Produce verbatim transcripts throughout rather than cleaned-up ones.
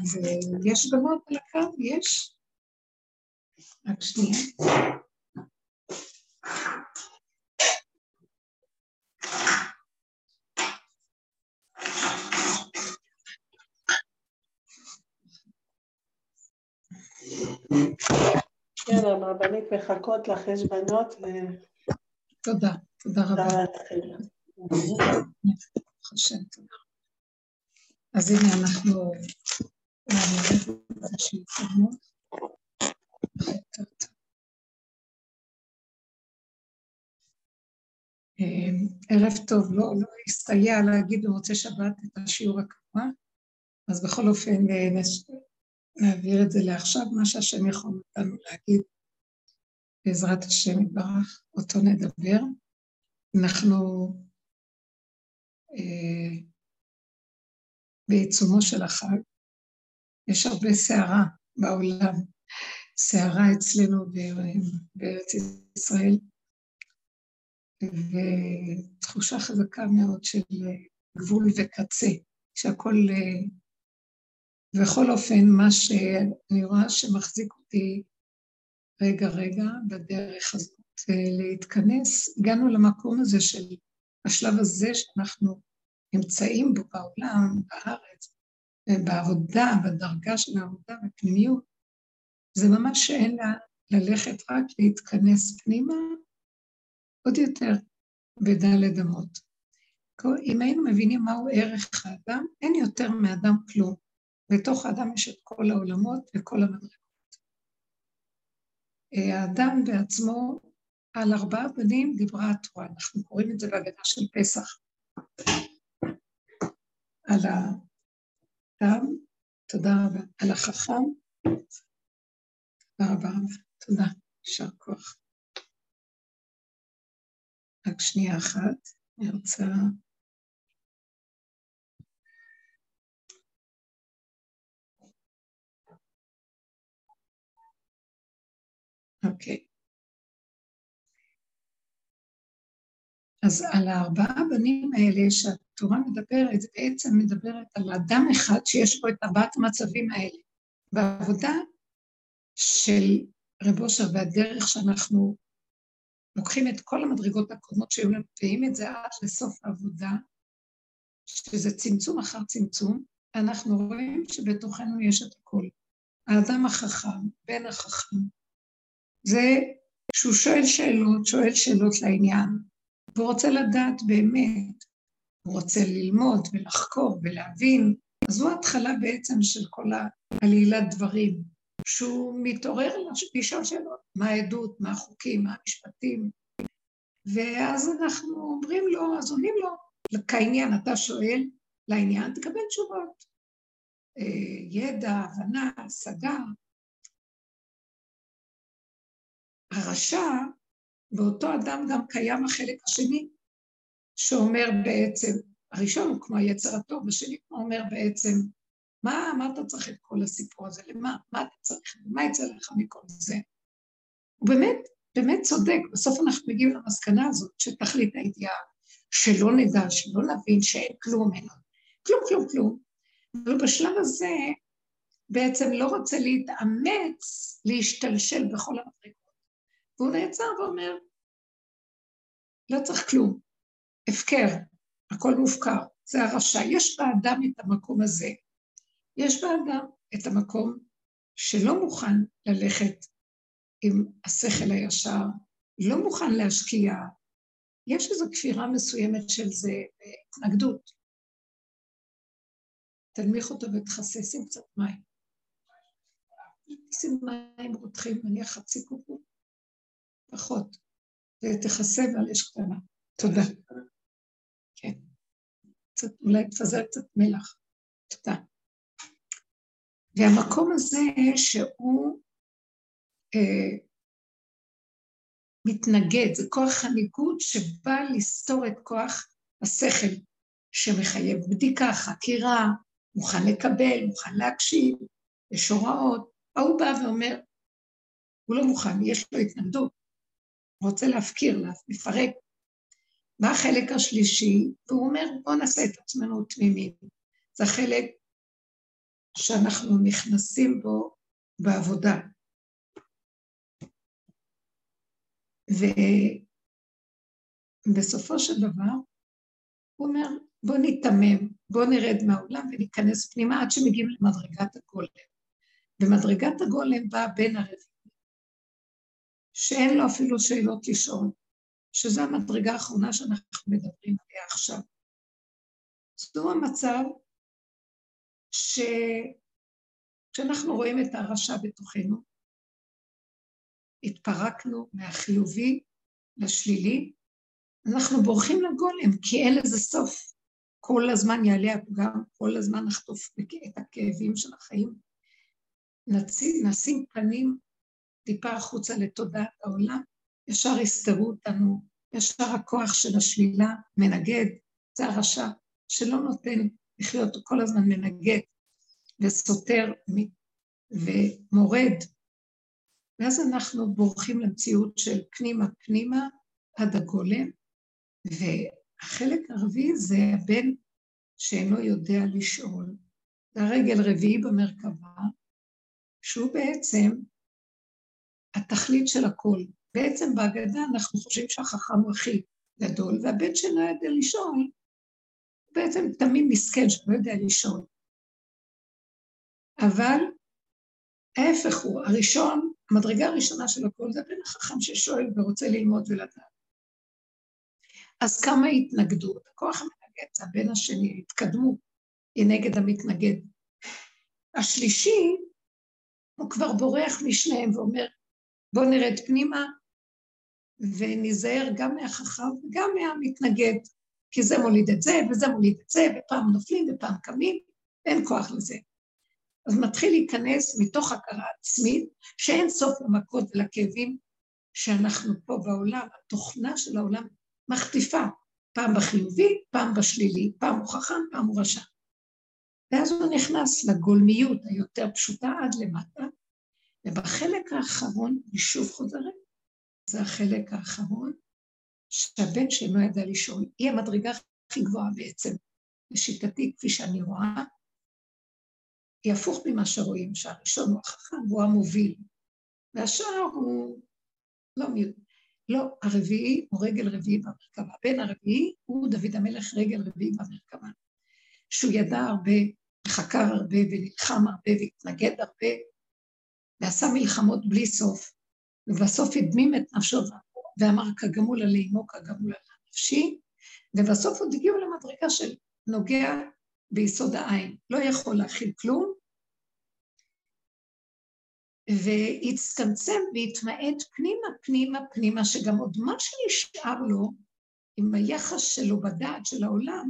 אז יש בנות על הקו? יש? רק שנייה. כן, הרבנית מחכות לך, יש בנות ו... תודה, תודה רבה. חשב, תודה. אז הנה אנחנו נעבור את איזושהי התקדמות. ערב טוב, לא, לא הסתייע להגיד במוצאי שבת את השיעור הקבוע, אז בכל אופן נעביר את זה לעכשיו, מה שהשם יכול אותנו להגיד, בעזרת השם יתברך, אותו נדבר. אנחנו אה, בעיצומו של החג, יש הרבה שערה בעולם, שערה אצלנו בארץ ישראל, ותחושה חזקה מאוד של גבול וקצה, שהכל, ובכל אופן מה שאני רואה שמחזיק אותי רגע רגע בדרך הזאת להתכנס, הגענו למקום הזה של השלב הזה שאנחנו נמצאים בו בעולם, בארץ, בעבודה, בדרגה של העבודה, בפנימיות, זה ממש שאין לה ללכת רק להתכנס פנימה, עוד יותר בדלת אמות. אם היינו מבינים מהו ערך האדם, אין יותר מאדם כלום. בתוך האדם יש את כל העולמות וכל המדרגות. האדם בעצמו, על ארבעה בנים דיברה התורה, אנחנו קוראים את זה בהגדה של פסח. על האדם, תודה רבה, על החכם, תודה רבה, תודה, יישר כוח. רק שנייה אחת, אני רוצה... אוקיי. אז על הארבעה בנים האלה שהתורה מדברת, זה בעצם מדברת על אדם אחד שיש בו את ארבעת המצבים האלה. בעבודה של רב אושר והדרך שאנחנו לוקחים את כל המדרגות הקודמות שהיו לנו, ואם את זה עד לסוף העבודה, שזה צמצום אחר צמצום, אנחנו רואים שבתוכנו יש את הכל. האדם החכם, בן החכם, זה שהוא שואל שאלות, שואל שאלות לעניין, והוא רוצה לדעת באמת, הוא רוצה ללמוד ולחקור ולהבין, אז זו ההתחלה בעצם של כל העלילת דברים, שהוא מתעורר לשאול שאלות, מה העדות, מה החוקים, מה המשפטים, ואז אנחנו אומרים לו, אז עונים לו, כעניין, אתה שואל לעניין, תקבל תשובות, ידע, הבנה, השגה. הרשע, באותו אדם גם קיים החלק השני, שאומר בעצם, הראשון הוא כמו היצר הטוב, השני כמו אומר בעצם, מה, מה אתה צריך את כל הסיפור הזה? למה? מה אתה צריך? מה יצא לך מכל זה? הוא באמת, באמת צודק, בסוף אנחנו מגיעים למסקנה הזאת, שתכלית הידיעה, שלא נדע, שלא נבין שאין כלום ממנו. כלום, כלום, כלום. אבל בשלב הזה, בעצם לא רוצה להתאמץ, להשתלשל בכל המדרגות. והוא נעצר ואומר, לא צריך כלום, הפקר, הכל מופקר, זה הרשע. יש באדם את המקום הזה, יש באדם את המקום שלא מוכן ללכת עם השכל הישר, לא מוכן להשקיע, יש איזו כפירה מסוימת של זה, התנגדות. תנמיך אותו ותחסס עם קצת מים. שים מים רותחים, נניח חצי קופו, פחות, ותחסה ועל אש קטנה. תודה. כן. קצת, אולי תפזר קצת מלח. תודה. והמקום הזה שהוא אה, מתנגד, זה כוח הניגוד שבא לסתור את כוח השכל שמחייב בדיקה, חקירה, מוכן לקבל, מוכן להקשיב, יש הוראות. הוא בא ואומר, הוא לא מוכן, יש לו התנגדות, הוא רוצה להפקיר, לפרק. מה החלק השלישי? והוא אומר, בוא נעשה את עצמנו תמימים. זה החלק שאנחנו נכנסים בו בעבודה. ובסופו של דבר, הוא אומר, בוא נתמם, בוא נרד מהעולם וניכנס פנימה עד שמגיעים למדרגת הגולם. ומדרגת הגולם באה בין הרביעים, שאין לו אפילו שאלות לשאול, שזו המדרגה האחרונה שאנחנו מדברים עליה עכשיו. זו המצב שכשאנחנו רואים את הרשע בתוכנו, התפרקנו מהחיובי לשלילי, אנחנו בורחים לגולם, כי אין לזה סוף. כל הזמן יעלה הפגם, כל הזמן נחטוף את הכאבים של החיים. נשים, נשים פנים טיפה החוצה לתודעת העולם, ישר הסתרו אותנו, ישר הכוח של השלילה מנגד, זה הרשע שלא נותן לחיות, כל הזמן מנגד וסותר ומורד. ואז אנחנו בורחים למציאות של פנימה פנימה עד הגולם, והחלק הרביעי זה הבן שאינו יודע לשאול. זה הרגל רביעי במרכבה, שהוא בעצם התכלית של הכל. בעצם בהגדה אנחנו חושבים שהחכם הוא הכי גדול, והבן שלא יודע לשאול, בעצם תמיד מסכן שלא יודע לשאול. אבל ההפך הוא, הראשון, המדרגה הראשונה של הכל, זה הבן החכם ששואל ורוצה ללמוד ולדעת. אז כמה התנגדות? הכוח המנגד, זה הבן השני, התקדמו, היא נגד המתנגד. השלישי, הוא כבר בורח משניהם ואומר, בוא נרד פנימה, ונזהר גם מהחכם וגם מהמתנגד, כי זה מוליד את זה, וזה מוליד את זה, ופעם נופלים ופעם קמים, אין כוח לזה. אז מתחיל להיכנס מתוך הכרה עצמית, שאין סוף למכות ולכאבים שאנחנו פה בעולם, התוכנה של העולם מחטיפה, פעם בחיובי, פעם בשלילי, פעם הוא חכם, פעם הוא רשע. ואז הוא נכנס לגולמיות היותר פשוטה עד למטה, ובחלק האחרון, היא שוב חוזרת, זה החלק האחרון, שהבן שלא ידע לשאול, היא המדרגה הכי גבוהה בעצם, לשיטתי כפי שאני רואה, היא הפוך ממה שרואים, שהראשון הוא החכם והוא המוביל, והשאר הוא לא מיוד. לא, הרביעי הוא רגל רביעי במרכבה, הבן הרביעי הוא דוד המלך רגל רביעי במרכבה, שהוא ידע הרבה, וחקר הרבה, ונלחם הרבה, והתנגד הרבה, ועשה מלחמות בלי סוף, ובסוף הדמים את נפשו, ואמר כגמול עלי אמו, כגמול על נפשי, ובסוף עוד הגיעו למדרגה של נוגע ביסוד העין, לא יכול להכיל כלום, והצטמצם והתמעט פנימה, פנימה, פנימה, שגם עוד מה שנשאר לו, עם היחס שלו בדעת של העולם,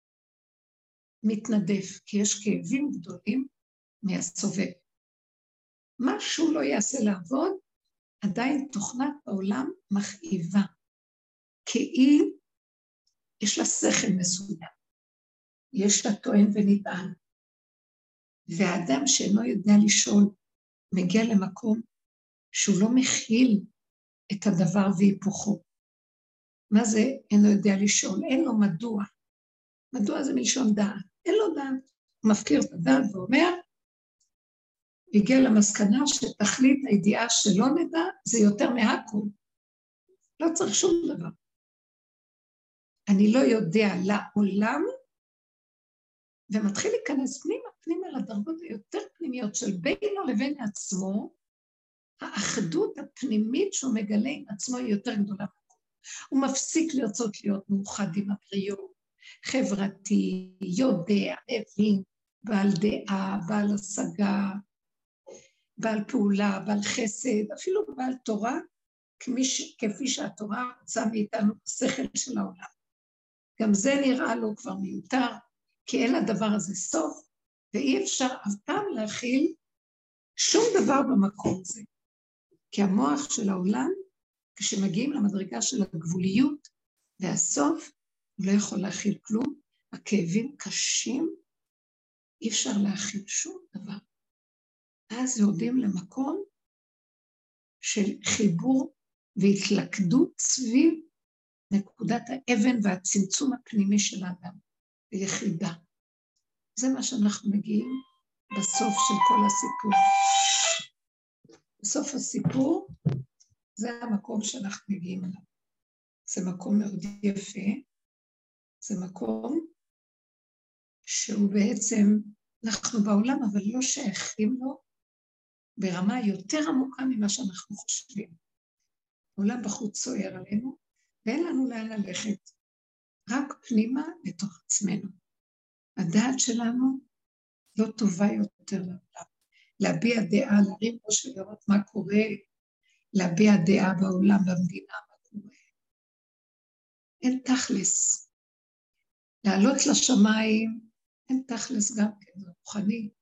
מתנדף, כי יש כאבים גדולים מהסובב. משהו לא יעשה לעבוד, עדיין תוכנת העולם מכאיבה, כי היא, יש לה שכל מסוים, יש לה טוען ונטען, והאדם שאינו יודע לשאול, מגיע למקום שהוא לא מכיל את הדבר והיפוכו. מה זה אינו יודע לשאול? אין לו מדוע. מדוע זה מלשון דעת? אין לו דעת. הוא מפקיר את הדעת ואומר, הגיע למסקנה שתכלית הידיעה שלא נדע, זה יותר מהכל. לא צריך שום דבר. אני לא יודע לעולם, ומתחיל להיכנס פנימה, פנימה לדרגות היותר פנימיות של בינו לבין עצמו, האחדות הפנימית שהוא מגלה עם עצמו היא יותר גדולה. הוא מפסיק לרצות להיות מאוחד עם הבריאות, חברתי, יודע, מבין, בעל דעה, בעל השגה, בעל פעולה, בעל חסד, אפילו בעל תורה, כפי שהתורה רוצה מאיתנו בשכל של העולם. גם זה נראה לו כבר מיותר, כי אין לדבר הזה סוף, ואי אפשר אף פעם להכיל שום דבר במקום הזה. כי המוח של העולם, כשמגיעים למדרגה של הגבוליות והסוף, הוא לא יכול להכיל כלום, הכאבים קשים, אי אפשר להכיל שום דבר. אז יורדים למקום של חיבור והתלכדות סביב נקודת האבן והצמצום הפנימי של האדם, ביחידה. זה מה שאנחנו מגיעים בסוף של כל הסיפור. בסוף הסיפור, זה המקום שאנחנו מגיעים אליו. זה מקום מאוד יפה, זה מקום שהוא בעצם, אנחנו בעולם אבל לא שייכים לו ברמה יותר עמוקה ממה שאנחנו חושבים. העולם בחוץ סוער עלינו, ואין לנו לאן ללכת, רק פנימה לתוך עצמנו. הדעת שלנו לא טובה יותר לעולם. להביע דעה, להרים ראש ולראות מה קורה, להביע דעה בעולם, במדינה, מה קורה. אין תכלס. לעלות לשמיים, אין תכלס גם כן, זה רוחני.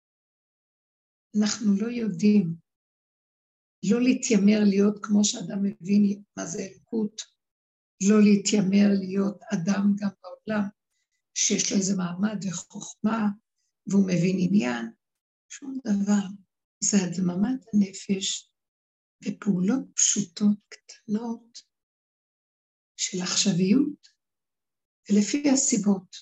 אנחנו לא יודעים, לא להתיימר להיות כמו שאדם מבין מה זה אלוקות, לא להתיימר להיות אדם גם בעולם, שיש לו איזה מעמד וחוכמה, והוא מבין עניין, שום דבר. זה הדממת הנפש, בפעולות פשוטות, קטנות, של עכשוויות, ולפי הסיבות.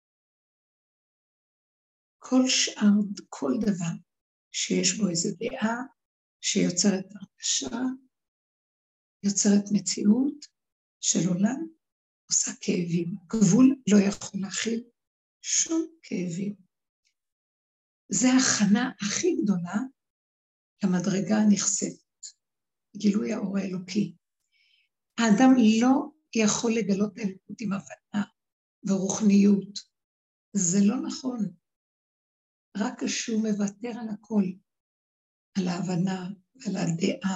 כל שאר, כל דבר שיש בו איזו דעה, שיוצרת הרגשה, יוצרת מציאות של עולם, עושה כאבים. גבול לא יכול להכיל שום כאבים. זה ההכנה הכי גדולה למדרגה הנחשפת, גילוי האור האלוקי. האדם לא יכול לגלות אלוקות עם הבנה ורוחניות. זה לא נכון. רק כשהוא מוותר על הכל, על ההבנה ועל הדעה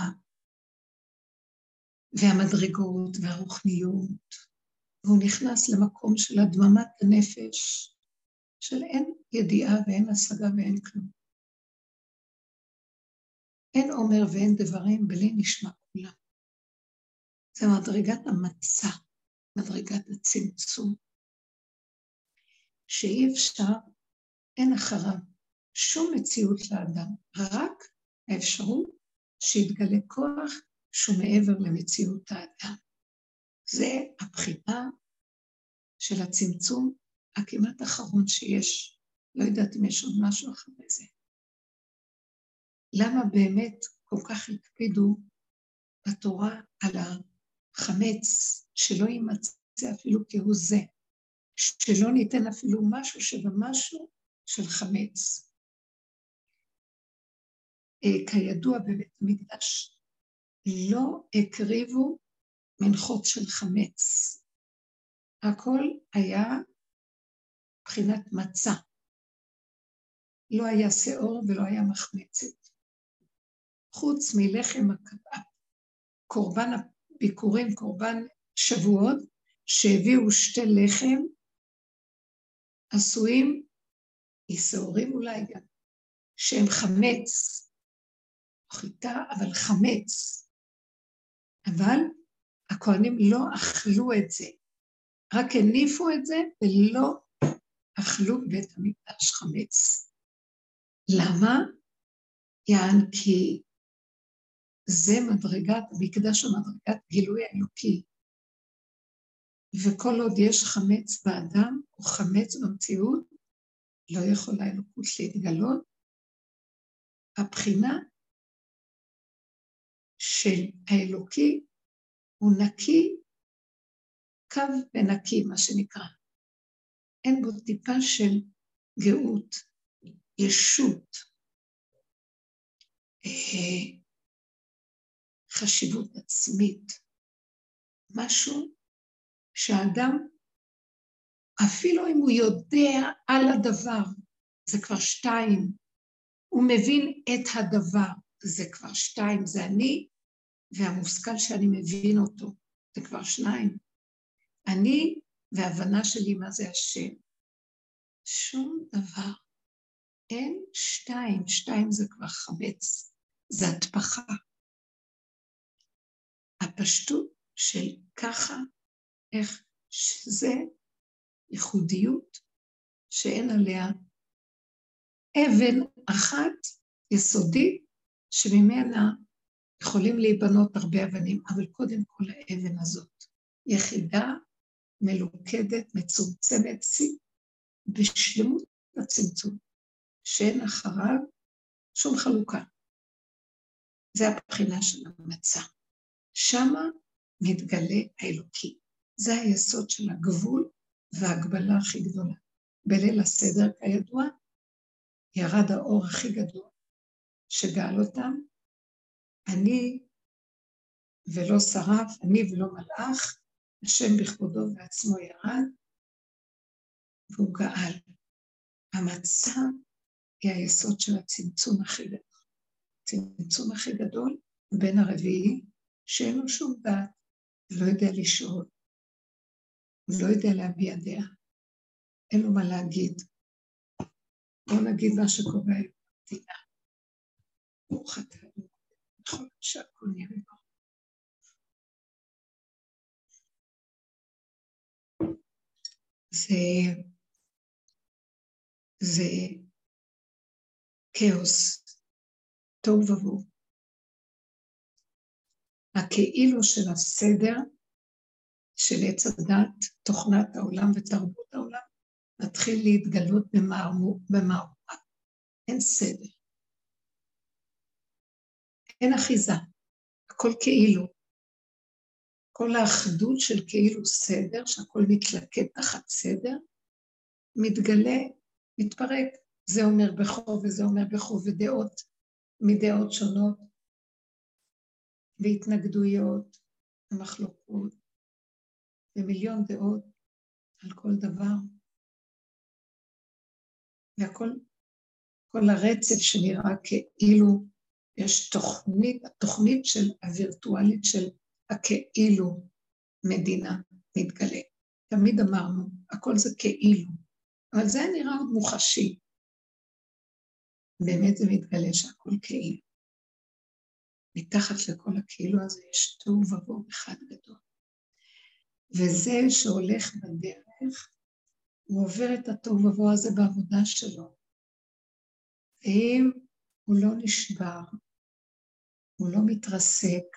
והמדרגות והרוחניות, והוא נכנס למקום של הדממת הנפש, של אין ידיעה ואין השגה ואין כלום. אין אומר ואין דברים בלי נשמע כולם. זה מדרגת המצע, מדרגת הצמצום, שאי אפשר, אין אחריו שום מציאות לאדם, רק האפשרות שיתגלה כוח שהוא מעבר למציאות האדם. זה הבחינה של הצמצום הכמעט האחרון שיש. לא יודעת אם יש עוד משהו אחרי זה. למה באמת כל כך הקפידו בתורה על החמץ, שלא יימצא אפילו כהוא זה, שלא ניתן אפילו משהו שבמשהו של חמץ. כידוע בבית המקדש לא הקריבו מנחות של חמץ. הכל היה בחינת מצה. לא היה שיעור ולא היה מחמצת. חוץ מלחם הקבעה, קורבן הביקורים, קורבן שבועות, שהביאו שתי לחם, עשויים, יסעורים אולי גם, שהם חמץ, חיטה, אבל חמץ. אבל הכהנים לא אכלו את זה, רק הניפו את זה ולא אכלו בית המקדש חמץ. למה? יען כי זה מדרגת, המקדש הוא מדרגת גילוי האלוקי, וכל עוד יש חמץ באדם, או חמץ במציאות, לא יכולה האלוקות להתגלות. הבחינה של האלוקי הוא נקי, קו ונקי, מה שנקרא. אין בו טיפה של גאות, ישות, חשיבות עצמית, משהו שהאדם, אפילו אם הוא יודע על הדבר, זה כבר שתיים, הוא מבין את הדבר, זה כבר שתיים, זה אני, והמושכל שאני מבין אותו, זה כבר שניים. אני והבנה שלי מה זה השם. שום דבר. אין שתיים, שתיים זה כבר חמץ, זה התפחה. הפשטות של ככה, איך שזה ייחודיות שאין עליה אבן אחת יסודית שממנה יכולים להיבנות הרבה אבנים, אבל קודם כל האבן הזאת יחידה, מלוכדת, מצומצמת, בשלמות הצמצום, שאין אחריו שום חלוקה. זה הבחינה של המצע. שמה מתגלה האלוקי. זה היסוד של הגבול וההגבלה הכי גדולה. בליל הסדר, כידוע, ירד האור הכי גדול שגאל אותם, אני ולא שרף, אני ולא מלאך, השם בכבודו ועצמו ירד, והוא גאל. המצע היא היסוד של הצמצום הכי גדול. הצמצום הכי גדול בין הרביעי, שאין לו שום דעת, לא יודע לשאול, לא יודע להביע דעה, אין לו מה להגיד. בואו נגיד מה שקורה במדינה. ברוך אתה אלוהינו, נכון שהכל נהיה בברוך. זה, זה כאוס, תוהו ובוהו. הכאילו של הסדר, של עץ הדת, תוכנת העולם ותרבות העולם, מתחיל להתגלות במהומה. אין סדר. אין אחיזה. הכל כאילו. כל האחדות של כאילו סדר, שהכל מתלכד תחת סדר, מתגלה, מתפרק. זה אומר בכו וזה אומר בכו, ודעות מדעות שונות, והתנגדויות, ומחלוקות, ומיליון דעות על כל דבר. והכל, כל הרצף שנראה כאילו יש תוכנית, התוכנית של הווירטואלית של הכאילו מדינה מתגלה. תמיד אמרנו, הכל זה כאילו, אבל זה נראה עוד מוחשי. באמת זה מתגלה שהכל כאילו. מתחת לכל הכאילו הזה יש תוהו ובוהו אחד גדול. וזה שהולך בדרך, הוא עובר את התוהו ובוהו הזה בעבודה שלו. ואם הוא לא נשבר, הוא לא מתרסק,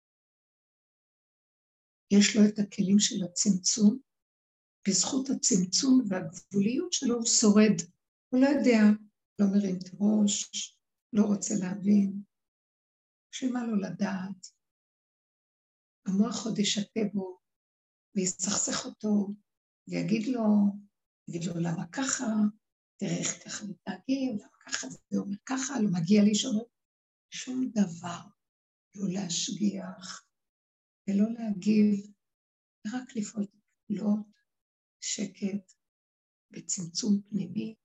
יש לו את הכלים של הצמצום, בזכות הצמצום והגבוליות שלו הוא שורד. הוא לא יודע, לא מרים את ראש, לא רוצה להבין, שמה לא לדעת. המוח עוד ישתה בו, ויסכסך אותו, ויגיד לו, יגיד לו למה ככה, תראה איך ככה מתנהגים, למה ככה זה אומר ככה, לא מגיע לי שום, שום דבר, לא להשגיח, ולא להגיב, רק לפעול פעולות, שקט, בצמצום פנימי,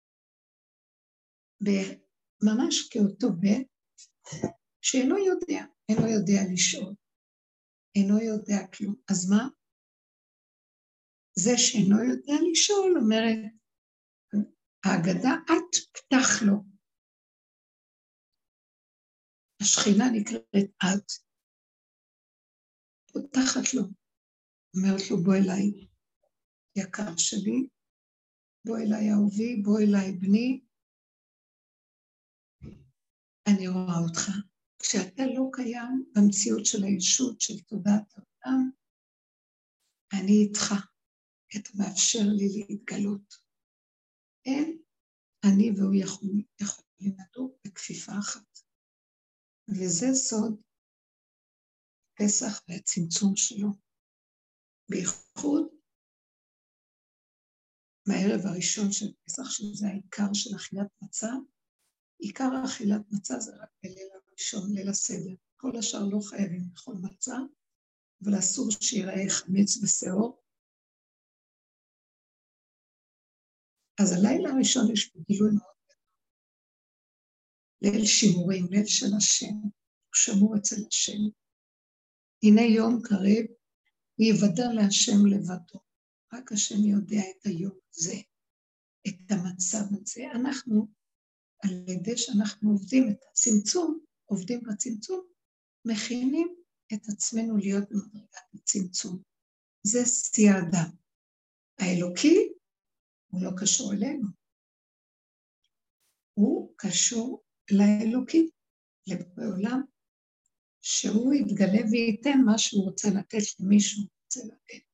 ממש כאותו בית, שאינו יודע, אינו יודע לשאול, אינו יודע כלום. אז מה? זה שאינו יודע לשאול, אומרת, ההגדה, את פתח לו. השכינה נקראת את, פותחת לו, אומרת לו בוא אליי, יקר שלי, בוא אליי אהובי, בוא אליי בני, אני רואה אותך. כשאתה לא קיים במציאות של הישות, של תודעת העולם, אני איתך, כי אתה מאפשר לי להתגלות. אין, אני והוא יכולים, יכולים לדור בכפיפה אחת. וזה סוד פסח והצמצום שלו. בייחוד, מהערב הראשון של פסח, שזה העיקר של אכילת מצה, עיקר האכילת מצה זה רק בליל הראשון, ליל הסדר. כל השאר לא חייבים לאכול מצה, אבל אסור שיראה חמץ ושעור. אז הלילה הראשון יש גילוי מאוד גדול. ליל שימורים, ליל של השם, הוא שמור אצל השם. הנה יום קרב, ויוודע להשם לבדו. רק השם יודע את היום הזה, את המצב הזה. אנחנו, על ידי שאנחנו עובדים את הצמצום, עובדים בצמצום, מכינים את עצמנו להיות במדרגת הצמצום. זה שיא האדם. האלוקי הוא לא קשור אלינו. הוא קשור לאלוקי, לבורא עולם, שהוא יתגלה וייתן מה שהוא רוצה לתת למי שהוא רוצה לתת.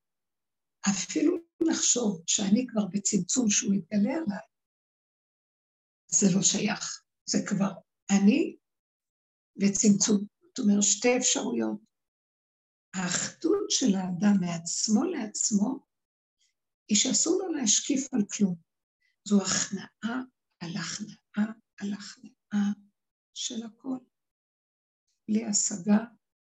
אפילו לחשוב שאני כבר בצמצום שהוא יתגלה עליי, זה לא שייך, זה כבר אני וצמצום. זאת אומרת, שתי אפשרויות. האחדות של האדם מעצמו לעצמו, היא שאסור לו להשקיף על כלום. זו הכנעה על הכנעה על הכנעה של הכל. בלי השגה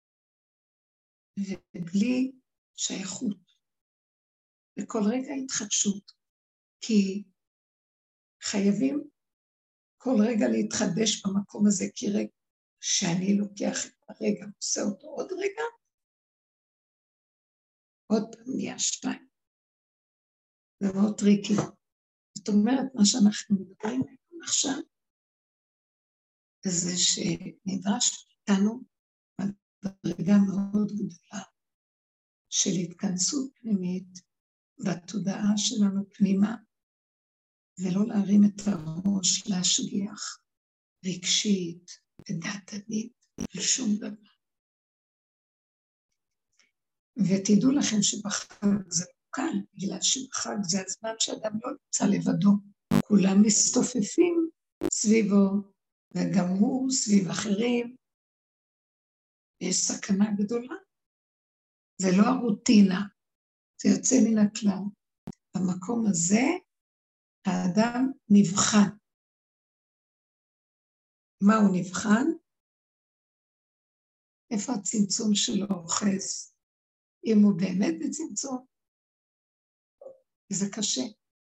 ובלי שייכות. וכל רגע התחדשות. כי חייבים כל רגע להתחדש במקום הזה, כי רגע שאני לוקח את הרגע, עושה אותו עוד רגע, עוד פעם נהיה שתיים. זה מאוד טריקי. זאת אומרת, מה שאנחנו מדברים עכשיו, זה שנדרש איתנו ברגע מאוד גדולה של התכנסות פנימית בתודעה שלנו פנימה, ולא להרים את הראש, להשגיח רגשית ודעתנית ושום דבר. ותדעו לכם שבחג זה קל, בגלל שבחג זה הזמן שאדם לא נמצא לבדו, כולם מסתופפים סביבו, וגם הוא סביב אחרים, יש סכנה גדולה. זה לא הרוטינה, זה יוצא מן הכלל. במקום הזה האדם נבחן. מה הוא נבחן? איפה הצמצום שלו אוחז? אם הוא באמת בצמצום, זה קשה.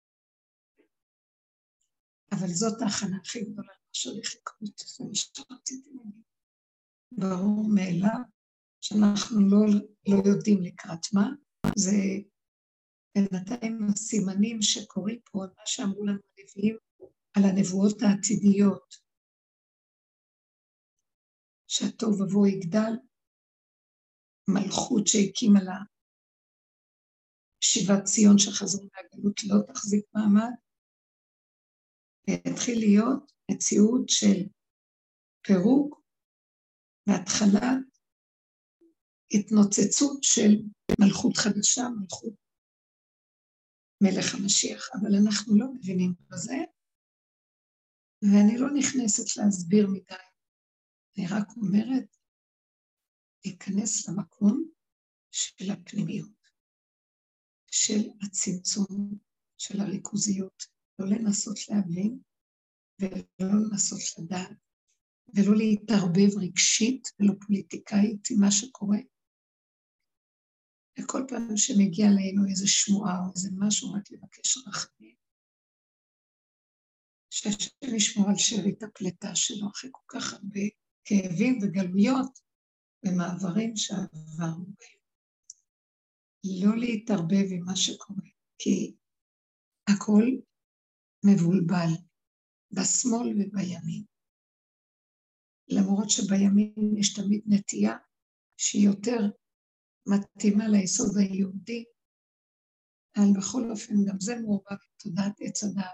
אבל זאת ההכנה הכי גדולה שהולך לקרות, זה מה שרציתי להגיד. ברור מאליו שאנחנו לא, לא יודעים לקראת מה, זה בינתיים הסימנים שקורים פה, מה שאמרו לנו הנביאים על הנבואות העתידיות, שהטוב ובוא יגדל, מלכות שהקים על שיבת ציון שחזרו מהגלות לא תחזיק מעמד, והתחיל להיות מציאות של פירוק והתחלת התנוצצות של מלכות חדשה, מלכות מלך המשיח, אבל אנחנו לא מבינים בזה, ואני לא נכנסת להסביר מדי, אני רק אומרת, להיכנס למקום של הפנימיות, של הצמצום, של הריכוזיות, לא לנסות להבין, ולא לנסות לדעת, ולא להתערבב רגשית, ולא פוליטיקאית עם מה שקורה. וכל פעם שמגיע לנו איזו שמועה או איזה משהו, רק לבקש רחמים. שהשם ישמור על שארית הפלטה שלו, אחרי כל כך הרבה כאבים וגלויות, ומעברים שעברנו בהם. לא להתערבב עם מה שקורה, כי הכל מבולבל, בשמאל ובימין. למרות שבימין יש תמיד נטייה שהיא יותר מתאימה ליסוד היהודי, אבל בכל אופן גם זה מעורבב בתודעת עץ הדעת.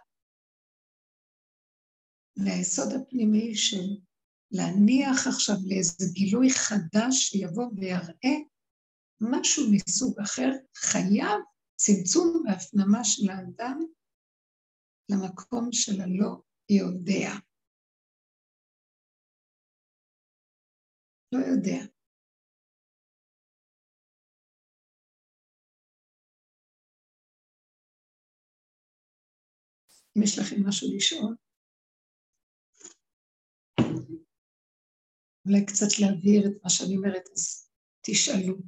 והיסוד הפנימי של להניח עכשיו לאיזה גילוי חדש שיבוא ויראה משהו מסוג אחר, חייב צמצום והפנמה של האדם למקום של הלא יודע. לא יודע. אם יש לכם משהו לשאול, אולי קצת להבהיר את מה שאני אומרת, אז תשאלו.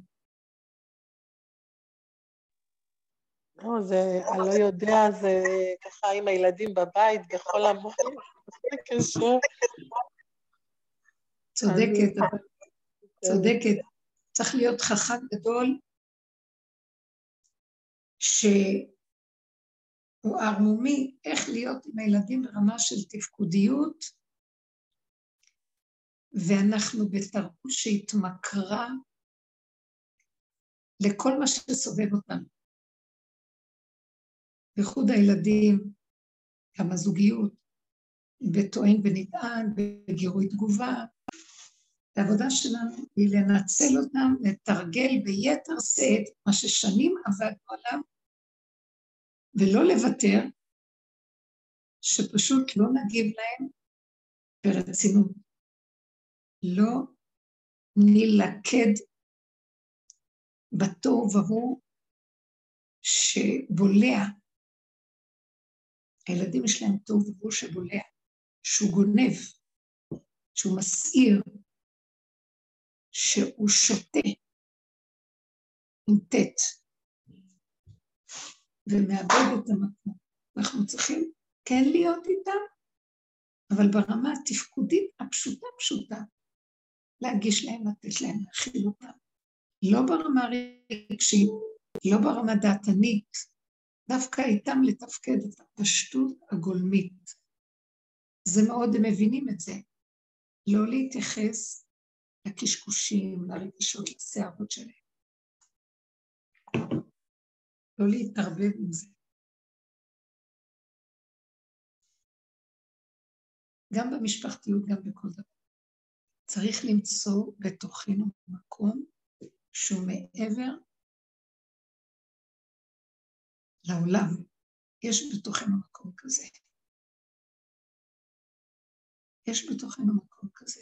לא, זה, אני לא יודע, זה ככה עם הילדים בבית, בכל המובן, זה קשור. צודקת, אבל צודקת. צריך להיות חכם גדול, שהוא ערמומי, איך להיות עם הילדים ברמה של תפקודיות, ואנחנו בתרבות שהתמכרה לכל מה שסובב אותנו. בייחוד הילדים, גם הזוגיות, בטוען ונטען, בגירוי תגובה. העבודה שלנו היא לנצל אותם, לתרגל ביתר שאת מה ששנים עבדנו עליו, ולא לוותר, שפשוט לא נגיב להם ברצינות. לא נלכד בתור ובוא שבולע. הילדים יש להם תור ובוא שבולע, שהוא גונב, שהוא מסעיר, שהוא שותה עם תת, ומאבד את המקום. אנחנו צריכים כן להיות איתם, אבל ברמה התפקודית הפשוטה פשוטה, להגיש להם, לתת להם, להכיל אותם. לא ברמה רגשית, לא ברמה דעתנית, דווקא איתם לתפקד את הפשטות הגולמית. זה מאוד, הם מבינים את זה. לא להתייחס לקשקושים, לרגשות, לסערות שלהם. לא להתערבב עם זה. גם במשפחתיות, גם בכל דבר. צריך למצוא בתוכנו מקום שהוא מעבר לעולם. יש בתוכנו מקום כזה. יש בתוכנו מקום כזה.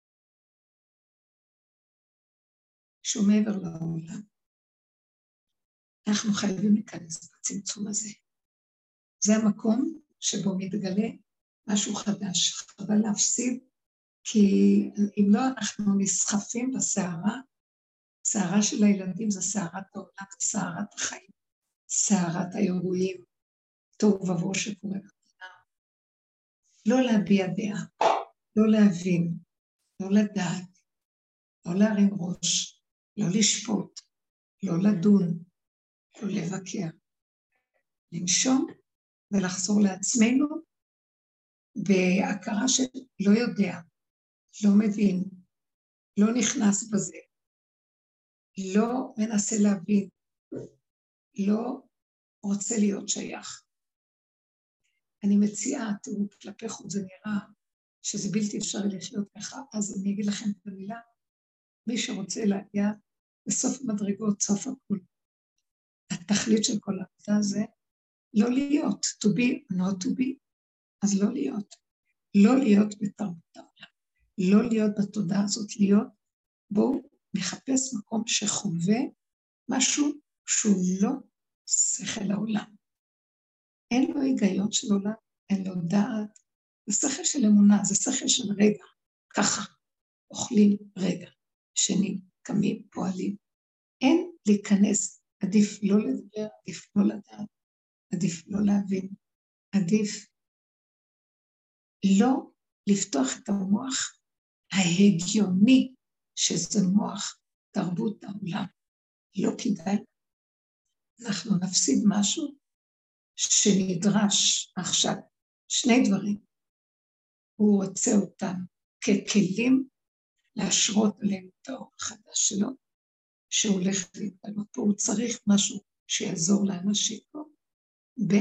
שהוא מעבר לעולם. אנחנו חייבים להיכנס בצמצום הזה. זה המקום שבו מתגלה משהו חדש. חבל להפסיד, כי אם לא אנחנו נסחפים בסערה, סערה של הילדים זה סערת העולם, זה סערת החיים, סערת האירועים, טוב ובוא שקורה במדינה. לא להביע דעה, לא להבין, לא לדעת, לא להרים ראש, לא לשפוט, לא לדון, לא לבקר. לנשום ולחזור לעצמנו בהכרה של לא יודע, לא מבין, לא נכנס בזה, לא מנסה להבין, לא רוצה להיות שייך. אני מציעה, תראו, כלפי חוץ זה נראה שזה בלתי אפשרי לחיות ככה, אז אני אגיד לכם את המילה, מי שרוצה להגיע בסוף מדרגות, סוף הכול. התכלית של כל העבודה זה לא להיות, to be, not to be, אז לא להיות. לא להיות בתרבות העולם. לא להיות בתודעה הזאת, להיות, בואו נחפש מקום שחווה משהו שהוא לא שכל העולם. אין לו היגיון של עולם, אין לו דעת, זה שכל של אמונה, זה שכל של רגע, ככה, אוכלים רגע, שנים, קמים, פועלים. אין להיכנס, עדיף לא לדבר, עדיף לא לדעת, עדיף לא להבין, עדיף לא לפתוח את המוח ההגיוני, שזה מוח תרבות העולם. לא כדאי. אנחנו נפסיד משהו שנדרש עכשיו. שני דברים. הוא רוצה אותם ככלים להשרות עליהם את האור החדש שלו, שהולך להתגלות פה. הוא צריך משהו שיעזור לאנשים פה. ב'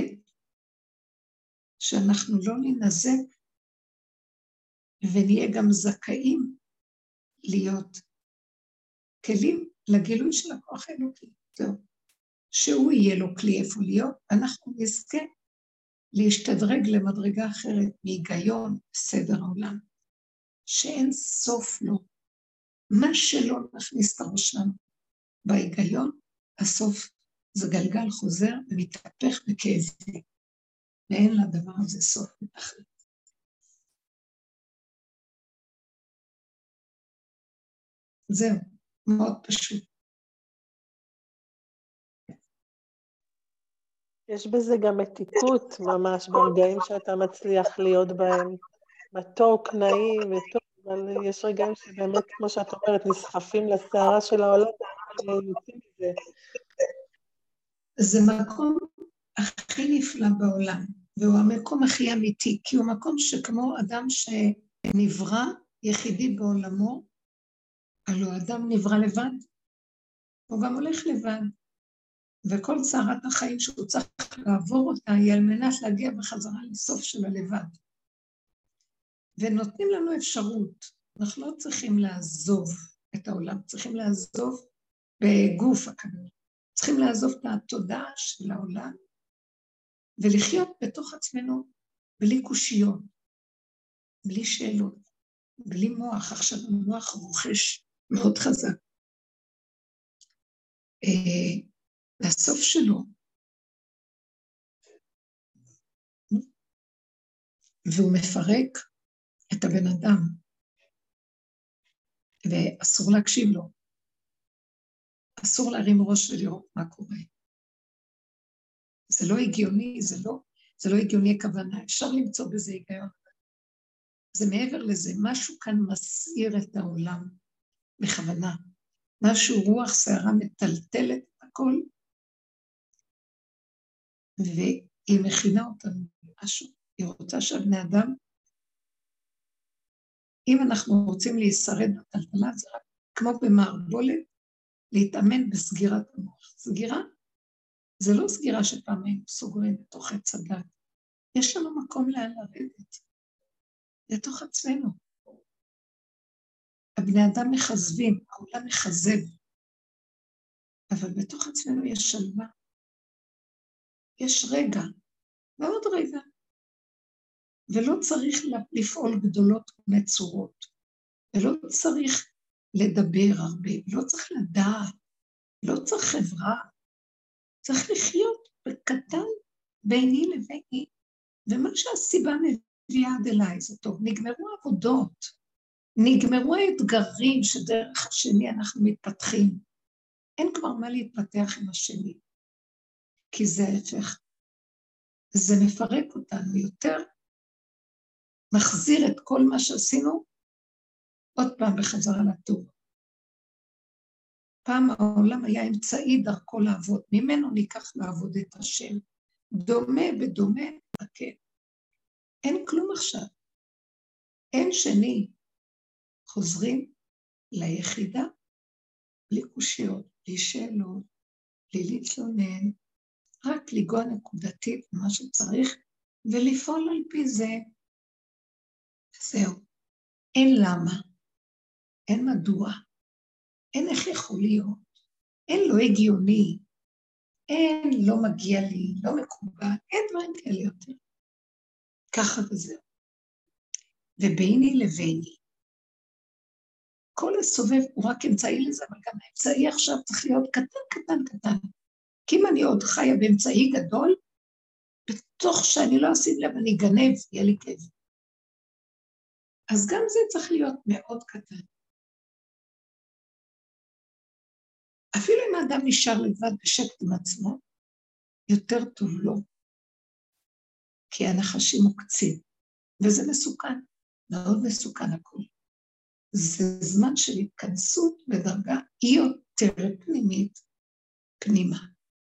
שאנחנו לא ננזק ונהיה גם זכאים להיות כלים לגילוי של הכוח האלוקי. זהו. שהוא יהיה לו כלי איפה להיות, אנחנו נזכה להשתדרג למדרגה אחרת מהיגיון סדר העולם, שאין סוף לו. מה שלא נכניס את הראש שלנו בהיגיון, הסוף זה גלגל חוזר ומתהפך בכאבי, ואין לדבר הזה סוף מתחת. זהו, מאוד פשוט. יש בזה גם מתיקות ממש ברגעים שאתה מצליח להיות בהם. מתוק, נעים וטוב, אבל יש רגעים שבאמת, כמו שאת אומרת, נסחפים לסערה של העולם, ויוצאים מזה. זה מקום הכי נפלא בעולם, והוא המקום הכי אמיתי, כי הוא מקום שכמו אדם שנברא יחידי בעולמו, הלוא אדם נברא לבד, הוא גם הולך לבד, וכל צערת החיים שהוא צריך לעבור אותה, היא על מנת להגיע בחזרה לסוף של הלבד. ונותנים לנו אפשרות, אנחנו לא צריכים לעזוב את העולם, צריכים לעזוב בגוף הכדור, צריכים לעזוב את התודעה של העולם, ולחיות בתוך עצמנו בלי קושיות, בלי שאלות, בלי מוח. עכשיו המוח רוכש מאוד חזק. אה, והסוף שלו, והוא מפרק את הבן אדם, ואסור להקשיב לו. אסור להרים ראש ולראות מה קורה. זה לא הגיוני, זה לא, זה לא הגיוני הכוונה, אפשר למצוא בזה היגיון. זה מעבר לזה, משהו כאן מסעיר את העולם בכוונה. משהו רוח שערה מטלטלת את הכל, והיא מכינה אותנו משהו. היא רוצה שהבני אדם, אם אנחנו רוצים להישרד בטלטלה, זה רק כמו במערבולת, להתאמן בסגירת המוח. סגירה זה לא סגירה שפעם היינו סוגרים בתוך עץ הדת. יש לנו מקום לאן לרדת. לתוך עצמנו. הבני אדם מחזבים, העולם מחזב. אבל בתוך עצמנו יש שלווה. יש רגע, ועוד רגע. ולא צריך לפעול גדולות ונצורות. ולא צריך לדבר הרבה, לא צריך לדעת, לא צריך חברה. צריך לחיות בקטן ביני לביני. ומה שהסיבה מביאה עד אליי זה טוב. נגמרו עבודות, נגמרו האתגרים שדרך השני אנחנו מתפתחים. אין כבר מה להתפתח עם השני. כי זה ההפך. זה מפרק אותנו יותר, מחזיר את כל מה שעשינו, עוד פעם בחזרה לטוב. פעם העולם היה אמצעי דרכו לעבוד, ממנו ניקח לעבוד את השם. דומה בדומה, כן. אין כלום עכשיו. אין שני. חוזרים ליחידה, בלי קושיות, בלי שאלות, בלי להתלונן, רק לגוע נקודתית מה שצריך, ולפעול על פי זה. זהו. אין למה, אין מדוע, אין איך יכול להיות, אין לא הגיוני, אין לא מגיע לי, לא מקובל, אין דברים כאלה יותר. ככה וזהו. וביני לביני. כל הסובב הוא רק אמצעי לזה, אבל גם האמצעי עכשיו צריך להיות קטן, קטן, קטן. כי אם אני עוד חיה באמצעי גדול, בתוך שאני לא אשים לב, אני גנב, יהיה לי כאב. אז גם זה צריך להיות מאוד קטן. אפילו אם האדם נשאר לבד בשקט עם עצמו, יותר טוב לו, כי הנחשים מוקצים, וזה מסוכן, מאוד מסוכן הכל. זה זמן של התכנסות בדרגה יותר פנימית, פנימה.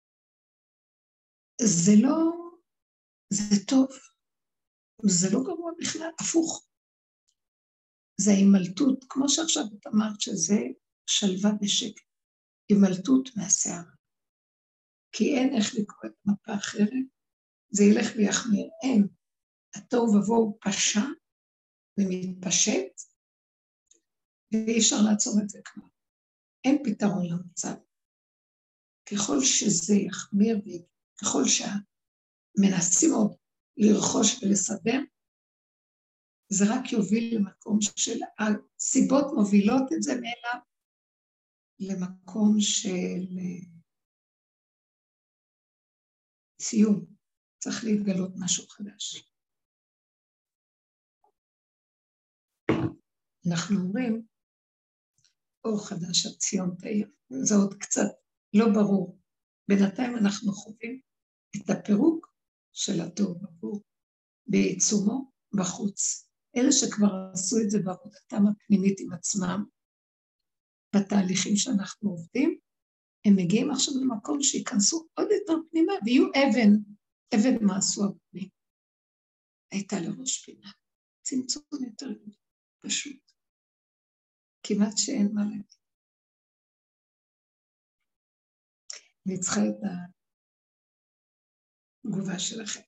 זה לא, זה טוב, זה לא גרוע בכלל, הפוך. זה הימלטות, כמו שעכשיו את אמרת שזה שלווה בשקט, הימלטות מהשיער. כי אין איך לקרוא את מפה אחרת, זה ילך ויחמיר, אין. התוהו ובוהו פשע ומתפשט, ואי אפשר לעצור את זה כבר. אין פתרון למצב. ככל שזה יחמיר, וככל שהמנסים עוד לרכוש ולסדר, זה רק יוביל למקום של הסיבות מובילות את זה מאליו, למקום של סיום. צריך להתגלות משהו חדש. אנחנו אומרים, אור חדש על ציון תאיר, זה עוד קצת לא ברור. בינתיים אנחנו חווים את הפירוק של התוהו ובוהו, בעיצומו בחוץ. אלה שכבר עשו את זה בעבודתם הפנימית עם עצמם, בתהליכים שאנחנו עובדים, הם מגיעים עכשיו למקום שיכנסו עוד יותר פנימה, ויהיו אבן, אבן מה עשו הבנים. הייתה לראש פינה, צמצום יותר פשוט, כמעט שאין מה להגיד. אני צריכה את התגובה שלכם.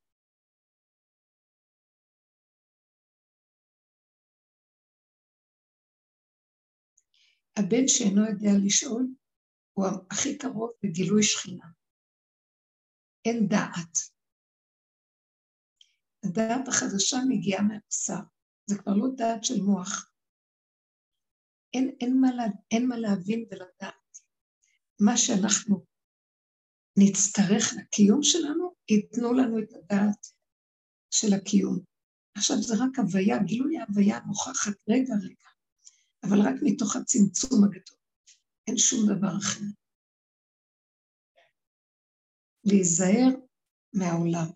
הבן שאינו יודע לשאול, הוא הכי קרוב לגילוי שכינה. אין דעת. הדעת החדשה מגיעה מהבשר, זה כבר לא דעת של מוח. אין, אין, מה, לה, אין מה להבין ולדעת. מה שאנחנו נצטרך לקיום שלנו, ייתנו לנו את הדעת של הקיום. עכשיו זה רק הוויה, גילוי ההוויה מוכחת רגע רגע, אבל רק מתוך הצמצום הגדול. אין שום דבר אחר. להיזהר מהעולם.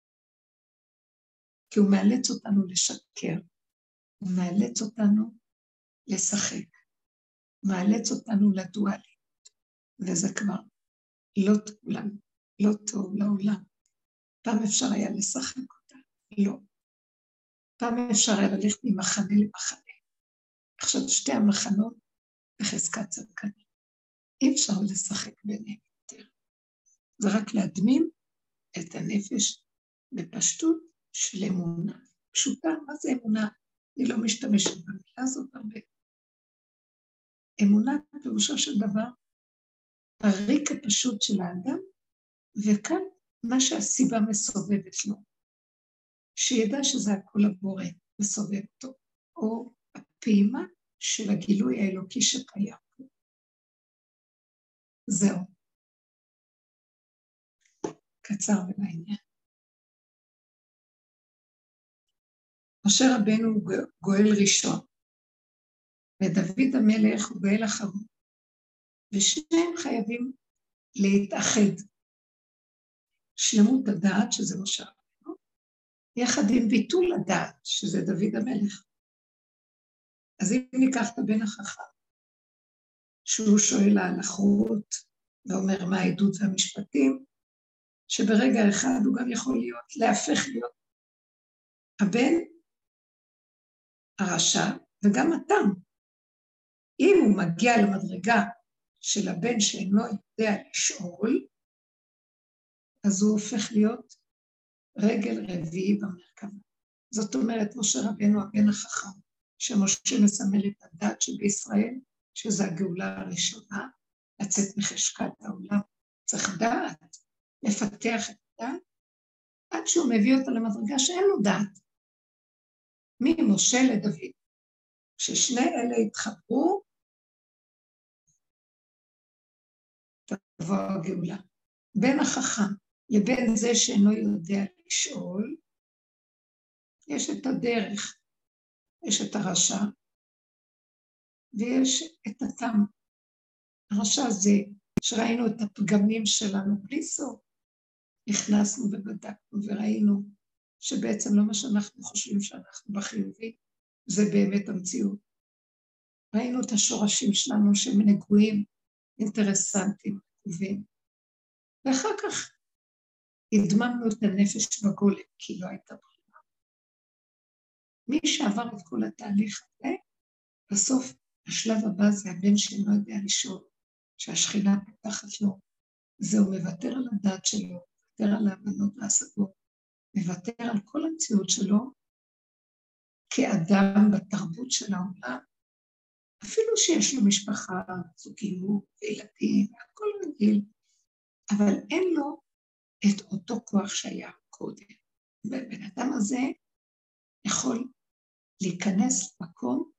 כי הוא מאלץ אותנו לשקר. הוא מאלץ אותנו לשחק. הוא מאלץ אותנו לדואליות. וזה כבר לא טוב לנו, לא טוב לעולם. פעם אפשר היה לשחק אותה, לא. פעם אפשר היה ללכת ממחנה למחנה. עכשיו שתי המחנות בחזקת צדקנים. אי אפשר לשחק ביניהם יותר. זה רק להדמים את הנפש בפשטות של אמונה. פשוטה, מה זה אמונה? אני לא משתמשת במילה הזאת הרבה. אמונה פירושו של דבר, הריק הפשוט של האדם, וכאן מה שהסיבה מסובבת לו. שידע שזה הכל הבורא מסובב אותו, או הפעימה של הגילוי האלוקי שקיים פה. זהו. קצר ולעניין. משה רבנו הוא גואל ראשון, ודוד המלך הוא גואל אחרון, ושניהם חייבים להתאחד. שלמות הדעת, שזה משה רבנו, יחד עם ביטול הדעת, שזה דוד המלך. אז אם ניקח את הבן החכם, שהוא שואל ההלכות, ואומר מה העדות והמשפטים, שברגע אחד הוא גם יכול להיות, להפך להיות הבן הרשע, וגם התם. אם הוא מגיע למדרגה של הבן שאינו יודע לשאול, אז הוא הופך להיות רגל רביעי במרכבה. זאת אומרת, משה רבנו הבן החכם, שמשה מסמל את הדת שבישראל, שזה הגאולה הראשונה, לצאת מחשקת העולם. צריך דעת, לפתח את הדעת, עד שהוא מביא אותה למדרגה שאין לו דעת. ממשה לדוד. כששני אלה התחברו, תבוא הגאולה. בין החכם לבין זה שאינו יודע לשאול, יש את הדרך, יש את הרשע, ויש את התם. הרשע זה שראינו את הפגמים שלנו בלי סוף, נכנסנו ובדקנו וראינו שבעצם לא מה שאנחנו חושבים שאנחנו בחיובי, זה באמת המציאות. ראינו את השורשים שלנו שהם נגועים, אינטרסנטים, טובים. ואחר כך הדממנו את הנפש בגולם, כי לא הייתה ברירה. מי שעבר את כל התהליך הזה, בסוף השלב הבא זה הבן שלא יודע לשאול, שהשכינה פתחת לו, זהו מוותר על הדת שלו, מוותר על ההבנות וההשגות, מוותר על כל המציאות שלו, כאדם בתרבות של העולם, אפילו שיש לו משפחה, זוגיות, ילדים, הכל רגיל, אבל אין לו את אותו כוח שהיה קודם. ובן אדם הזה יכול להיכנס למקום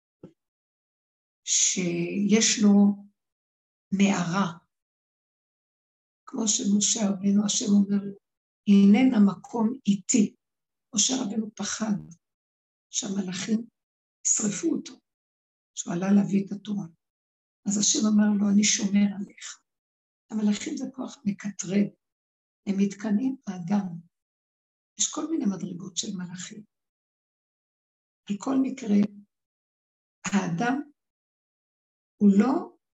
שיש לו מערה, כמו שמשה רבנו, השם אומר לו, הננה מקום איתי. משה רבנו פחד שהמלאכים ישרפו אותו, שהוא עלה להביא את התורה. אז השם אמר לו, אני שומר עליך. המלאכים זה כוח מקטרג, הם מתקנים באדם. יש כל מיני מדרגות של מלאכים. על כל מקרה, האדם הוא לא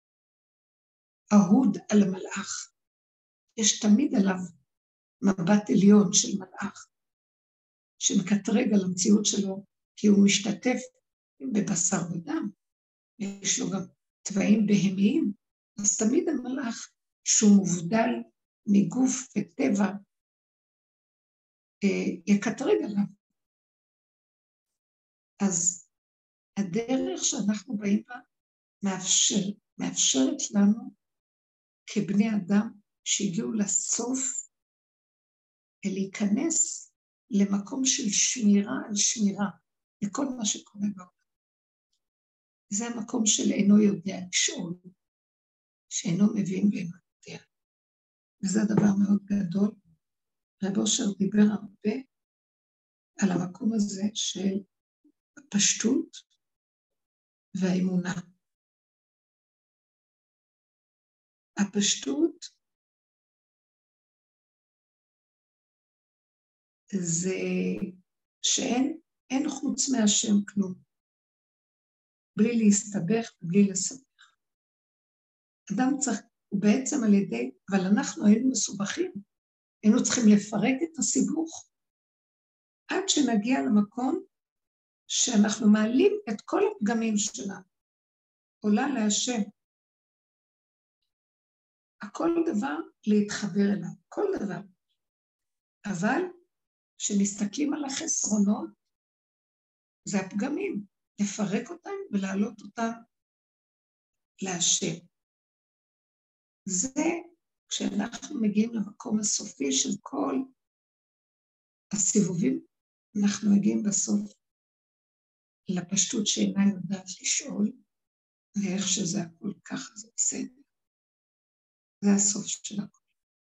אהוד על המלאך. יש תמיד עליו מבט עליון של מלאך, שמקטרג על המציאות שלו, כי הוא משתתף בבשר ודם. יש לו גם טבעים בהמיים, אז תמיד המלאך שהוא מובדל מגוף וטבע, יקטרג עליו. אז הדרך שאנחנו באים בה מאפשר, מאפשרת לנו כבני אדם שהגיעו לסוף להיכנס למקום של שמירה על שמירה, לכל מה שקורה בעולם. זה המקום של אינו יודע לשאול, שאינו מבין ואינו יודע. וזה דבר מאוד גדול. רב אושר דיבר הרבה על המקום הזה של הפשטות והאמונה. הפשטות זה שאין אין חוץ מהשם כלום, בלי להסתבך ובלי לסבך. אדם צריך, הוא בעצם על ידי, אבל אנחנו היינו מסובכים, היינו צריכים לפרק את הסיבוך, עד שנגיע למקום שאנחנו מעלים את כל הפגמים שלנו, עולה להשם. הכל דבר להתחבר אליו, כל דבר. אבל כשמסתכלים על החסרונות, זה הפגמים, לפרק אותם ולהעלות אותם להשם. זה כשאנחנו מגיעים למקום הסופי של כל הסיבובים, אנחנו מגיעים בסוף לפשטות שאינה יודעת לשאול, ואיך שזה הכל ככה, זה בסדר. זה הסוף של הכל.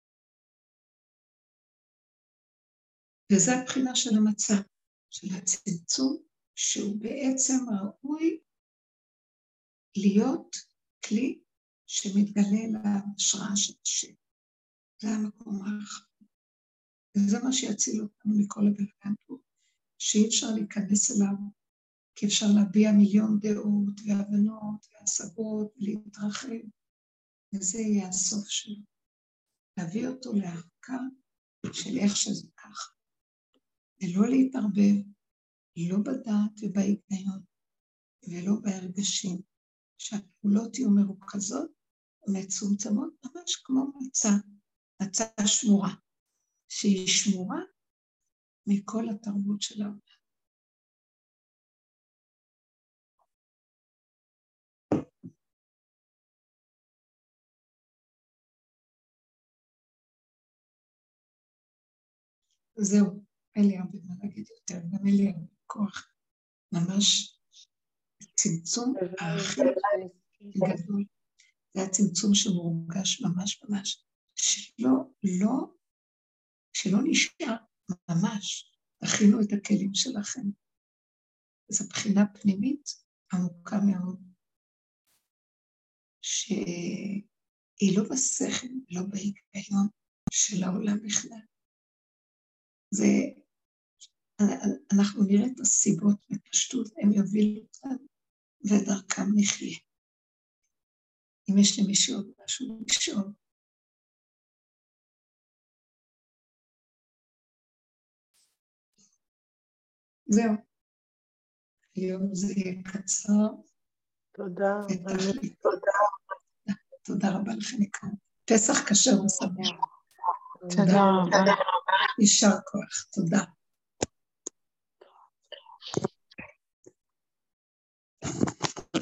וזה הבחינה של המצב, של הצמצום, שהוא בעצם ראוי להיות כלי שמתגלה להשראה של השם. זה המקום הרחב. וזה מה שיציל אותנו מכל הבלגן פה, שאי אפשר להיכנס אליו, כי אפשר להביע מיליון דעות והבנות והשגות ולהתרחב, וזה יהיה הסוף שלו. להביא אותו להערכה של איך שזה ככה. ולא להתערבב, לא בדעת ובהיגיון, ולא בהרגשים, שהפעולות יהיו מרוכזות ומצומצמות, ממש כמו מצה, מצה שמורה, שהיא שמורה מכל התרבות של העולם. זהו, אין לי הרבה מה להגיד יותר, גם אין לי הרבה כוח, ממש צמצום הכי גדול, זה הצמצום שמורגש ממש ממש, שלא, לא, שלא נשאר ממש, תכינו את הכלים שלכם, זו בחינה פנימית עמוקה מאוד, שהיא לא בשכל, לא בהיגיון של העולם בכלל, זה, אנחנו נראה את הסיבות בפשטות, הם יובילו אותנו, ודרכם נחיה. אם יש לי מישהו עוד משהו לשאול. זהו. היום זה יהיה קצר. תודה. תודה. תודה רבה לכם יקר. פסח כשר ושמח. תודה רבה. יישר כוח. תודה.